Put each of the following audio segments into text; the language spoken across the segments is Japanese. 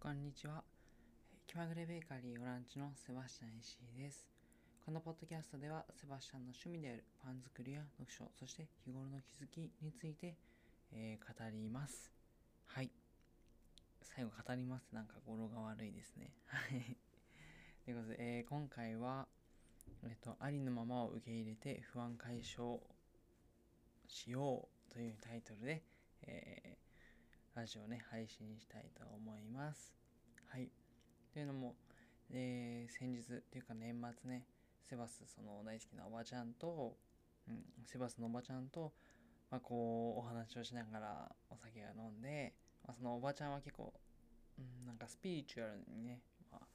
こんにちは。気まぐれベーカリーオランチのセバスチャン石井です。このポッドキャストではセバスチャンの趣味であるパン作りや読書、そして日頃の気づきについて、語ります。はい。最後語りますってなんか語呂が悪いですね。はい。ということで、今回は、ありのままを受け入れて不安解消しようというタイトルで、ラジオをね、配信したいと思います。はい。というのも、先日っていうか年末ね、セバスその大好きなおばちゃんと、セバスのおばちゃんと、こうお話をしながらお酒が飲んで、そのおばちゃんは結構、なんかスピリチュアルにね、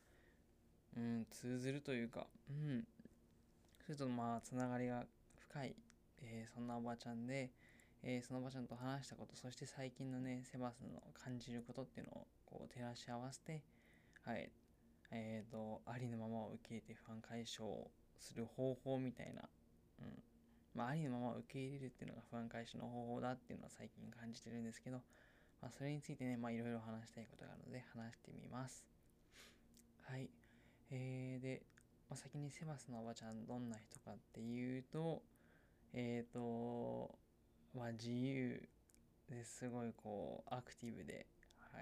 通ずるというか、それとつながりが深い、そんなおばちゃんで、そのおばちゃんと話したこと、そして最近のね、セバスの感じることっていうのをこう照らし合わせて、はい、ありのままを受け入れて不安解消する方法みたいな、ありのままを受け入れるっていうのが不安解消の方法だっていうのは最近感じてるんですけど、それについてね、いろいろ話したいことがあるので話してみます。はい。で、先にセバスのおばちゃんどんな人かっていうと、自由ですごいこうアクティブで、はい、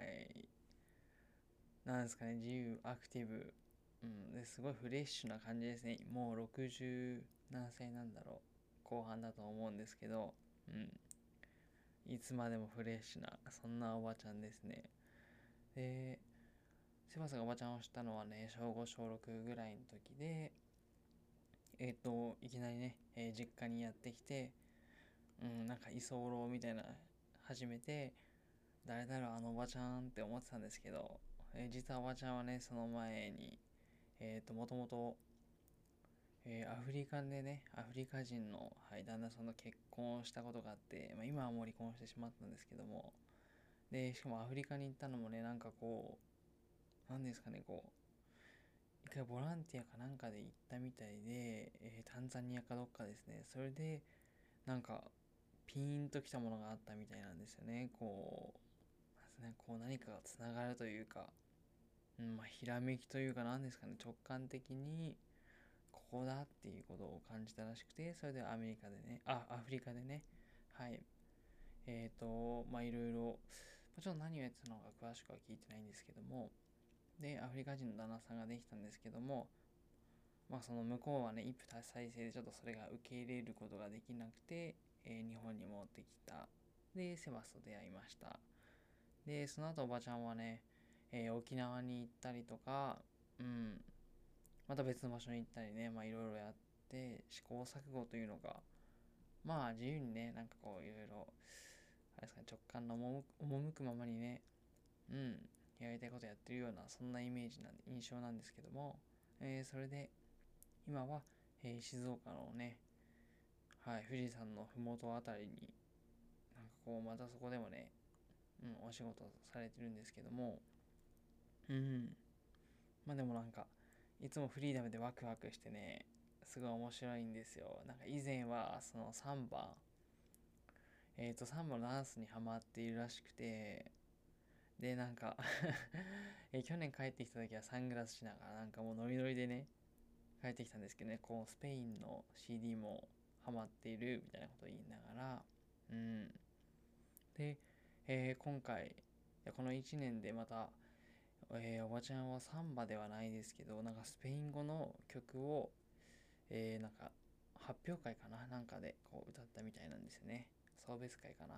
なんですかね、自由、アクティブ、ですごいフレッシュな感じですね。もう60何歳なんだろう。後半だと思うんですけど、いつまでもフレッシュな、そんなおばちゃんですね。で、セバスがおばちゃんを知ったのはね、小5、小6ぐらいの時で、いきなりね、実家にやってきて、なんか居候みたいな始めて、誰だろうあのおばちゃんって思ってたんですけど、実はおばちゃんはね、その前に、もともと、アフリカでね、アフリカ人の、旦那さんと結婚したことがあって、今はもう離婚してしまったんですけども、で、しかもアフリカに行ったのもね、なんかこう、なんですかね、こう、一回ボランティアかなんかで行ったみたいで、タンザニアかどっかですね、それで、なんか、ピーンときたものがあったみたいなんですよね、こう、何かがつながるというか、ひらめきというか、なんですかね、直感的に、ここだっていうことを感じたらしくて、それでアメリカでね、アフリカでね、はい、いろいろ、ちょっと何をやってたのか詳しくは聞いてないんですけども、で、アフリカ人の旦那さんができたんですけども、その向こうはね、一夫多妻制でちょっとそれが受け入れることができなくて、日本に戻ってきた。で、セバスと出会いました。で、その後おばちゃんはね、沖縄に行ったりとか、また別の場所に行ったりね、いろいろやって試行錯誤というのが、自由にね、なんかこういろいろ、あれですかね、直感の赴くままにね、うん、やりたいことやってるような、そんなイメージ印象なんですけども、それで、今は、静岡のね、はい、富士山のふもとあたりに、なんかこう、またそこでもね、お仕事されてるんですけども、うん、でもなんか、いつもフリーダムでワクワクしてね、すごい面白いんですよ。なんか以前は、そのサンバ、サンバのダンスにハマっているらしくて、で、なんか去年帰ってきた時はサングラスしながら、なんかもうノリノリでね、帰ってきたんですけどね、こう、スペインの CD もハマっているみたいなことを言いながら、うん。で、今回、この1年でまた、おばちゃんはサンバではないですけど、なんかスペイン語の曲を、なんか発表会かななんかでこう歌ったみたいなんですよね。送別会かな。はい。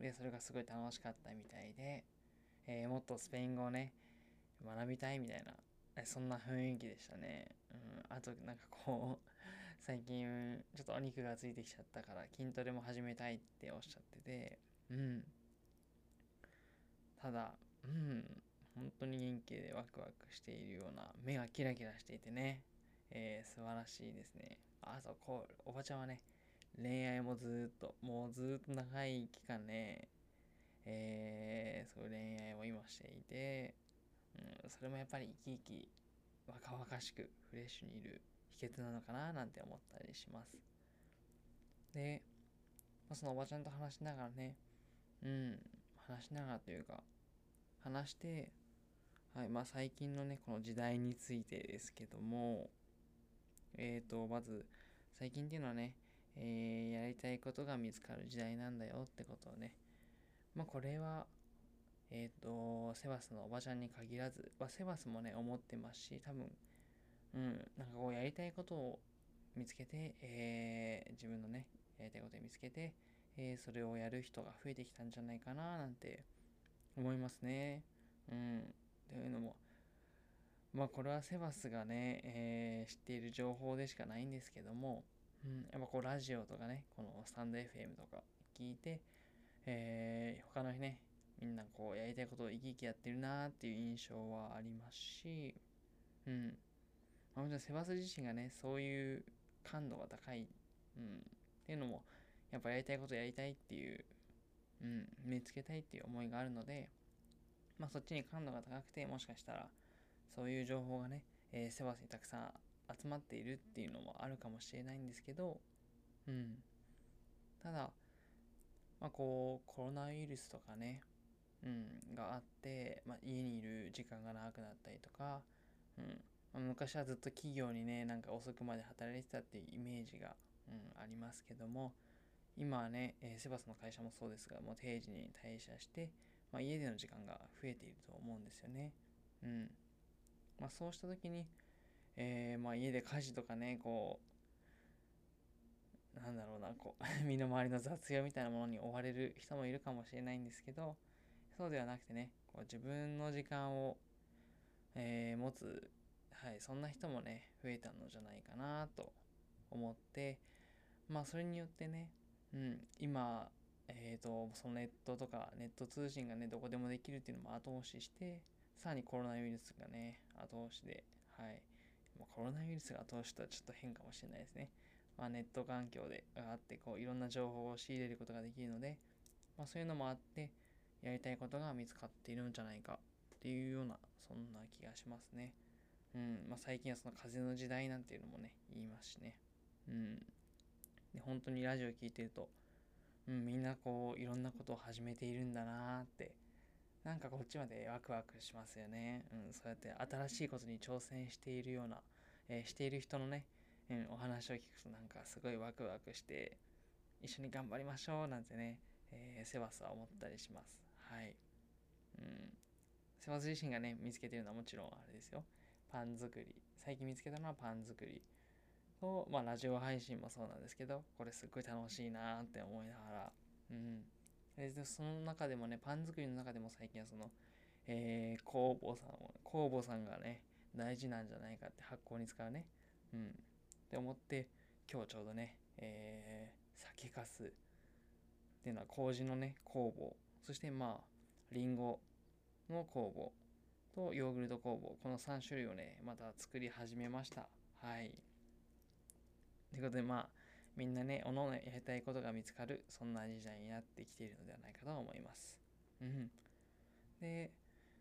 で、それがすごい楽しかったみたいで、もっとスペイン語をね、学びたいみたいな、そんな雰囲気でしたね。あと、なんかこう、最近、ちょっとお肉がついてきちゃったから、筋トレも始めたいっておっしゃってて、うん。ただ、本当に元気でワクワクしているような、目がキラキラしていてね、素晴らしいですね。こう、おばちゃんはね、恋愛ももうずっと長い期間ね、そういう恋愛を今していて、それもやっぱり生き生き、若々しく、フレッシュにいる秘訣なのかななんて思ったりします。で、そのおばちゃんと話しながらね、話しながらというか、 話して、はい、まあ最近のね、この時代についてですけども、まず、最近っていうのはね、やりたいことが見つかる時代なんだよってことをね、まあこれは、セバスのおばちゃんに限らず、まあ、セバスもね、思ってますし、多分、なんかこうやりたいことを見つけて、自分のね、やりたいことを見つけて、それをやる人が増えてきたんじゃないかななんて思いますね。というのも、まあこれはセバスがね、知っている情報でしかないんですけども、やっぱこうラジオとかね、このスタンド FM とか聞いて、他のね、みんなこうやりたいことを生き生きやってるなーっていう印象はありますし、もちろんセバス自身がね、そういう感度が高い、っていうのも、やっぱやりたいことやりたいっていう、見つけたいっていう思いがあるので、まあそっちに感度が高くて、もしかしたら、そういう情報がね、セバスにたくさん集まっているっていうのもあるかもしれないんですけど、ただ、まあこう、コロナウイルスとかね、があって、まあ、家にいる時間が長くなったりとか、昔はずっと企業にね、なんか遅くまで働いてたっていうイメージが、ありますけども、今はね、セバスの会社もそうですが、もう定時に退社して、まあ、家での時間が増えていると思うんですよね。まあ、そうした時に、まあ、家で家事とかね、こう、なんだろうな、こう、身の回りの雑用みたいなものに追われる人もいるかもしれないんですけど、そうではなくてね、こう自分の時間を、持つ、はい、そんな人もね、増えたのじゃないかなと思って、まあそれによってね、今、そのネットとかネット通信がね、どこでもできるっていうのも後押しして、さらにコロナウイルスがね、後押しで、はい、コロナウイルスが後押しとはちょっと変かもしれないですね。まあ、ネット環境であって、こういろんな情報を仕入れることができるので、まあ、そういうのもあって、やりたいことが見つかっているんじゃないかっていうような、そんな気がしますね。まあ、最近はその風の時代なんていうのもね、言いますしね。で、本当にラジオ聞いてると、みんなこう、いろんなことを始めているんだなーって、なんかこっちまでワクワクしますよね。そうやって新しいことに挑戦しているような、している人のね、お話を聞くとなんかすごいワクワクして、一緒に頑張りましょうなんてね、セバスは思ったりします。はい。うん。セバス自身がね、見つけてるのはもちろんあれですよ。パン作り。最近見つけたのはパン作りと、まあラジオ配信もそうなんですけど、これすっごい楽しいなーって思いながら、で、その中でもね、パン作りの中でも最近はその、酵母さんがね、大事なんじゃないかって発酵に使うね。って思って、今日ちょうどね、酒粕っていうのは麹のね、酵母、そしてまあ、リンゴの酵母とヨーグルト酵母、この3種類をね、また作り始めました。はい。ということでまあ、みんなね、おのおのやりたいことが見つかる、そんな時代になってきているのではないかと思います。で、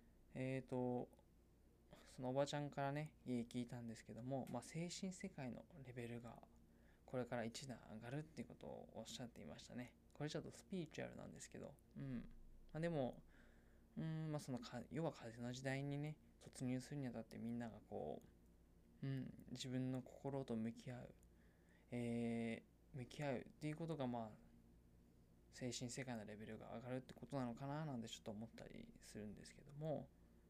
そのおばちゃんからね、聞いたんですけども、まあ、精神世界のレベルがこれから一段上がるっていうことをおっしゃっていましたね。これちょっとスピリチュアルなんですけど、まあ、でも、まあ、要は風の時代にね、突入するにあたってみんながこう、自分の心と向き合う、向き合うっていうことがまあ、精神世界のレベルが上がるってことなのかななんてちょっと思ったりするんですけども、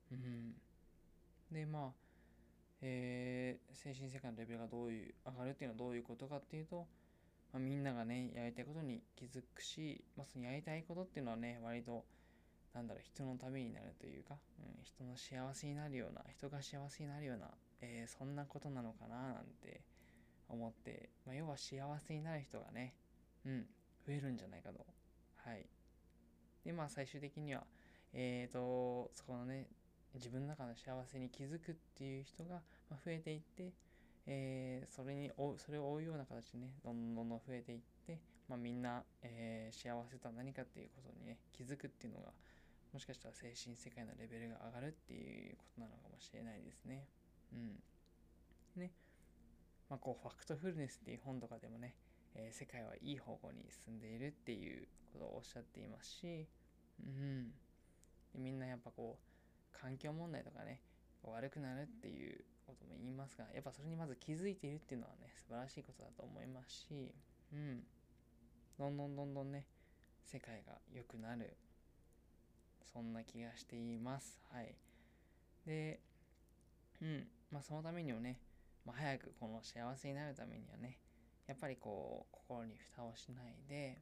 でまあ、精神世界のレベルが上がるっていうのはどういうことかっていうと、まあ、みんながねやりたいことに気づくし、まあ、そのやりたいことっていうのはね割となんだろう人のためになるというか、人の幸せになるような人が幸せになるような、そんなことなのかななんて思って、まあ、要は幸せになる人がね、増えるんじゃないかと。はい。でまあ最終的にはそこのね自分の中の幸せに気づくっていう人が増えていって、それを追うような形でねどんどん増えていって、まあ、みんな、幸せとは何かっていうことにね気づくっていうのがもしかしたら精神世界のレベルが上がるっていうことなのかもしれないですね。ね、まあこうファクトフルネスっていう本とかでもね、世界はいい方向に進んでいるっていうことをおっしゃっていますし、 でみんなやっぱこう環境問題とかね悪くなるっていうことも言いますが、やっぱそれにまず気づいているっていうのはね素晴らしいことだと思いますし、どんどんどんどんね世界が良くなる、そんな気がしています。はい。で、そのためにもね、早くこの幸せになるためにはね、やっぱりこう心に蓋をしないで、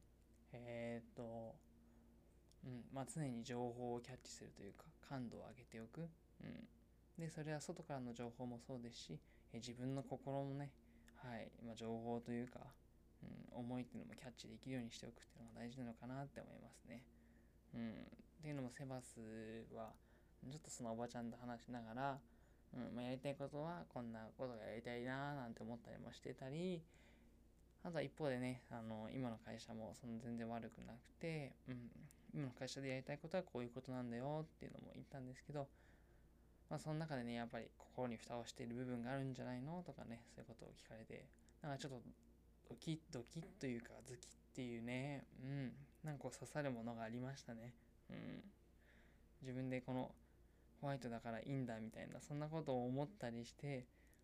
常に情報をキャッチするというか感度を上げておく。でそれは外からの情報もそうですし、自分の心もね、情報というか、思いっていうのもキャッチできるようにしておくっていうのが大事なのかなって思いますね。っていうのもセバスはちょっとそのおばちゃんと話しながら、やりたいことはこんなことがやりたいななんて思ったりもしてたり、あとは一方でね、今の会社もその全然悪くなくて、今の会社でやりたいことはこういうことなんだよっていうのも言ったんですけど、その中でね、やっぱり心に蓋をしている部分があるんじゃないのとかね、そういうことを聞かれて、なんかちょっとドキッというかズキッっていうね、なんかこう刺さるものがありましたね。自分でこのホワイトだからいいんだみたいな、そんなことを思ったりして、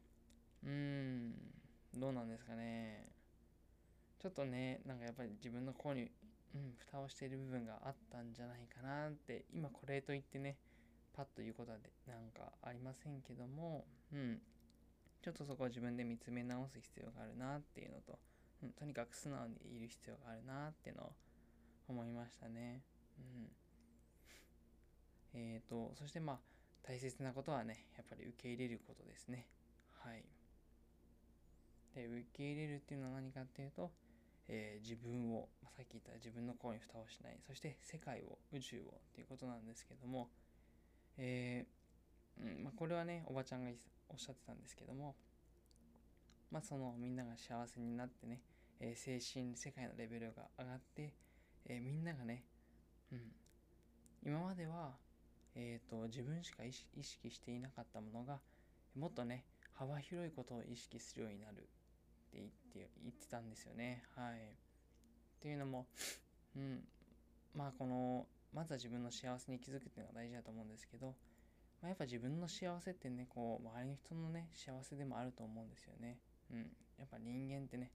どうなんですかね。ちょっとね、なんかやっぱり自分の心に、蓋をしている部分があったんじゃないかなって、今これと言ってね、パッと言うことはなんかありませんけども、ちょっとそこを自分で見つめ直す必要があるなっていうのと、とにかく素直にいる必要があるなっていうのを思いましたね。そして大切なことはね、やっぱり受け入れることですね。はい。で、受け入れるっていうのは何かっていうと、自分を、さっき言った自分の声に蓋をしない、そして世界を、宇宙をっていうことなんですけども、これはね、おばちゃんがおっしゃってたんですけども、そのみんなが幸せになってね、精神世界のレベルが上がって、みんながね、今までは、自分しか意識していなかったものがもっとね幅広いことを意識するようになるって言ってたんですよね。はい。っていうのも、このまずは自分の幸せに気づくっていうのが大事だと思うんですけど、やっぱ自分の幸せってね、こう周りの人のね幸せでもあると思うんですよね。やっぱ人間ってね、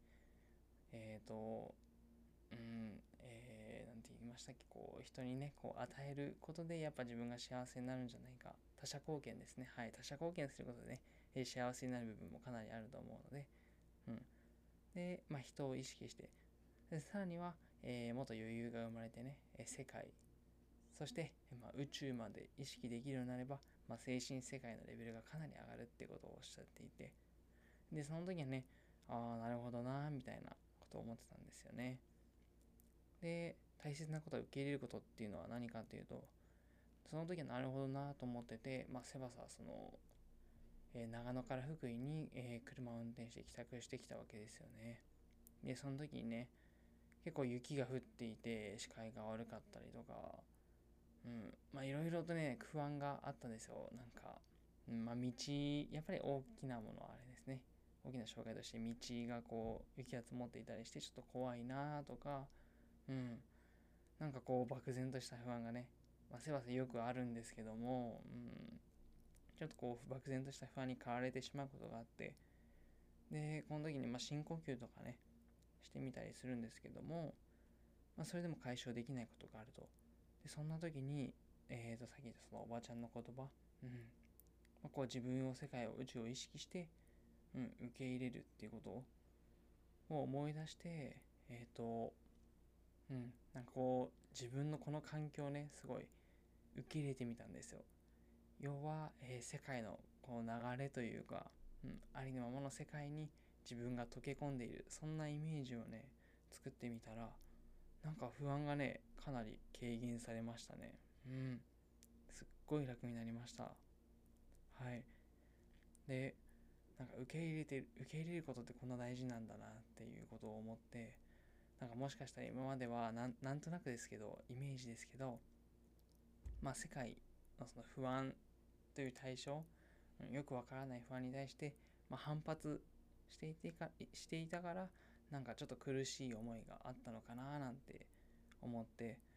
なんて言いましたっけ、こう人にねこう与えることでやっぱ自分が幸せになるんじゃないか、他者貢献ですね。はい、他者貢献することでね、幸せになる部分もかなりあると思うので、で、人を意識して、でさらには、もっと余裕が生まれてね、世界、そして、宇宙まで意識できるようになれば、精神世界のレベルがかなり上がるってことをおっしゃっていて、でその時はね、なるほどなみたいなことを思ってたんですよね。で大切なことは受け入れることっていうのは何かっていうと、その時はなるほどなと思ってて、セバサはその、長野から福井に、車を運転して帰宅してきたわけですよね。でその時にね、結構雪が降っていて視界が悪かったりとか、いろいろとね不安があったんですよ。なんか、道、やっぱり大きなものはあれですね、大きな障害として道がこう雪が積もっていたりしてちょっと怖いなとか、なんかこう漠然とした不安がね、せばせよくあるんですけども、ちょっとこう漠然とした不安に駆られてしまうことがあって、でこの時に深呼吸とかねしてみたりするんですけども、それでも解消できないことがあると。でそんな時に、さっき言ったそのおばちゃんの言葉、こう自分を、世界を、宇宙を意識して、受け入れるっていうことを思い出して、なんかこう自分のこの環境をねすごい受け入れてみたんですよ。要は、世界のこう流れというか、ありのままの世界に自分が溶け込んでいる、そんなイメージをね作ってみたら、なんか不安がねかなり軽減されましたね。すっごい楽になりました。はい。でなんか受け入れることってこんな大事なんだなっていうことを思って、なんかもしかしたら今まではなんとなくですけど、イメージですけど、世界のその不安という対象、よくわからない不安に対して、反発していたから、なんかちょっと苦しい思いがあったのかななんて思って、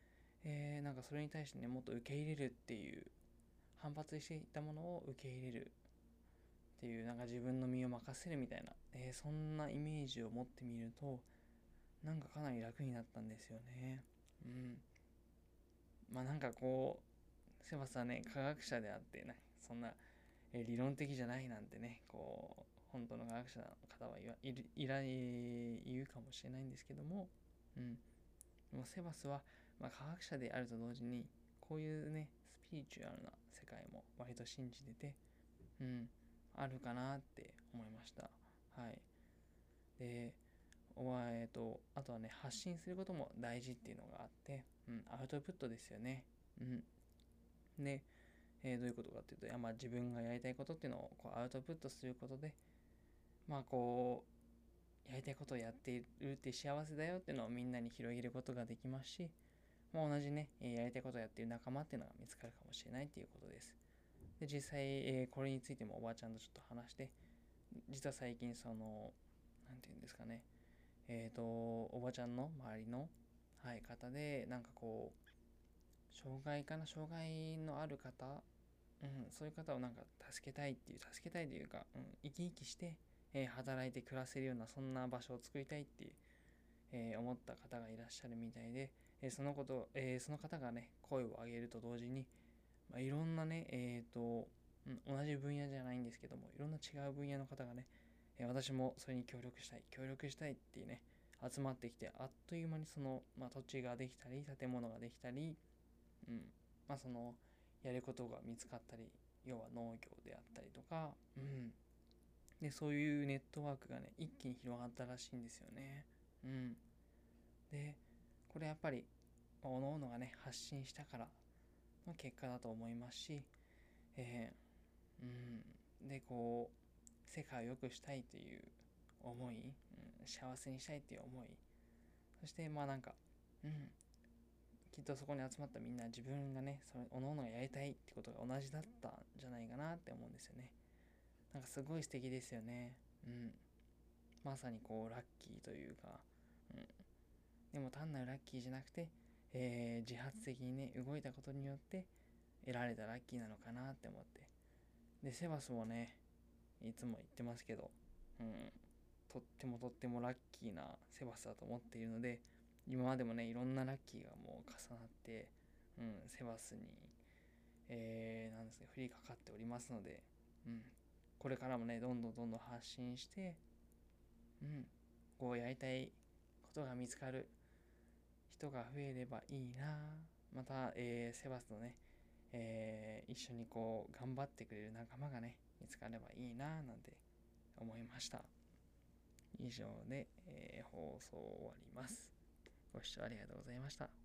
なんかそれに対してね、もっと受け入れるっていう、反発していたものを受け入れるっていう、なんか自分の身を任せるみたいな、そんなイメージを持ってみると、なんかかなり楽になったんですよね。うん。まあなんかこう、セバスはね、科学者であってね、そんな、理論的じゃないなんてね、こう、本当の科学者の方は言うかもしれないんですけども、うん。でもセバスは、まあ、科学者であると同時に、こういうね、スピリチュアルな世界も割と信じてて、うん、あるかなって思いました。はい。で、あとはね、発信することも大事っていうのがあって、アウトプットですよね。うん。で、どういうことかっていうと、まあ、自分がやりたいことっていうのをこうアウトプットすることで、まあこう、やりたいことをやっているって幸せだよっていうのをみんなに広げることができますし、まあ、同じね、やりたいことをやっている仲間っていうのが見つかるかもしれないっていうことです。で、実際、これについてもおばあちゃんとちょっと話して、実は最近なんていうんですかね、おばちゃんの周りの、はい、方で、なんかこう、障害のある方、そういう方をなんか助けたいというか、生き生きして、働いて暮らせるような、そんな場所を作りたいっていう、思った方がいらっしゃるみたいで、その方がね、声を上げると同時に、まあ、いろんなね、同じ分野じゃないんですけども、いろんな違う分野の方がね、私もそれに協力したいっていうね、集まってきて、あっという間にまあ、土地ができたり、建物ができたり、まあやることが見つかったり、要は農業であったりとか、で、そういうネットワークがね、一気に広がったらしいんですよね。うん。で、これやっぱり、各々がね、発信したからの結果だと思いますし、えで、こう、世界を良くしたいという思い、幸せにしたいという思い、そしてまあなんか、うん、きっとそこに集まったみんな自分がね、各々がやりたいってことが同じだったんじゃないかなって思うんですよね。なんかすごい素敵ですよね。うん。まさにこう、ラッキーというか、うん。でも単なるラッキーじゃなくて、自発的にね、動いたことによって得られたラッキーなのかなって思って。で、セバスもね、いつも言ってますけど、うん、とってもラッキーなセバスだと思っているので、今までもね、いろんなラッキーがもう重なって、セバスに、なんですね、降りかかっておりますので、これからもね、どんどん発信して、こうやりたいことが見つかる人が増えればいいな。また、セバスのね、一緒にこう頑張ってくれる仲間がね、見つかればいいななんて思いました。以上で、放送終わります。ご視聴ありがとうございました。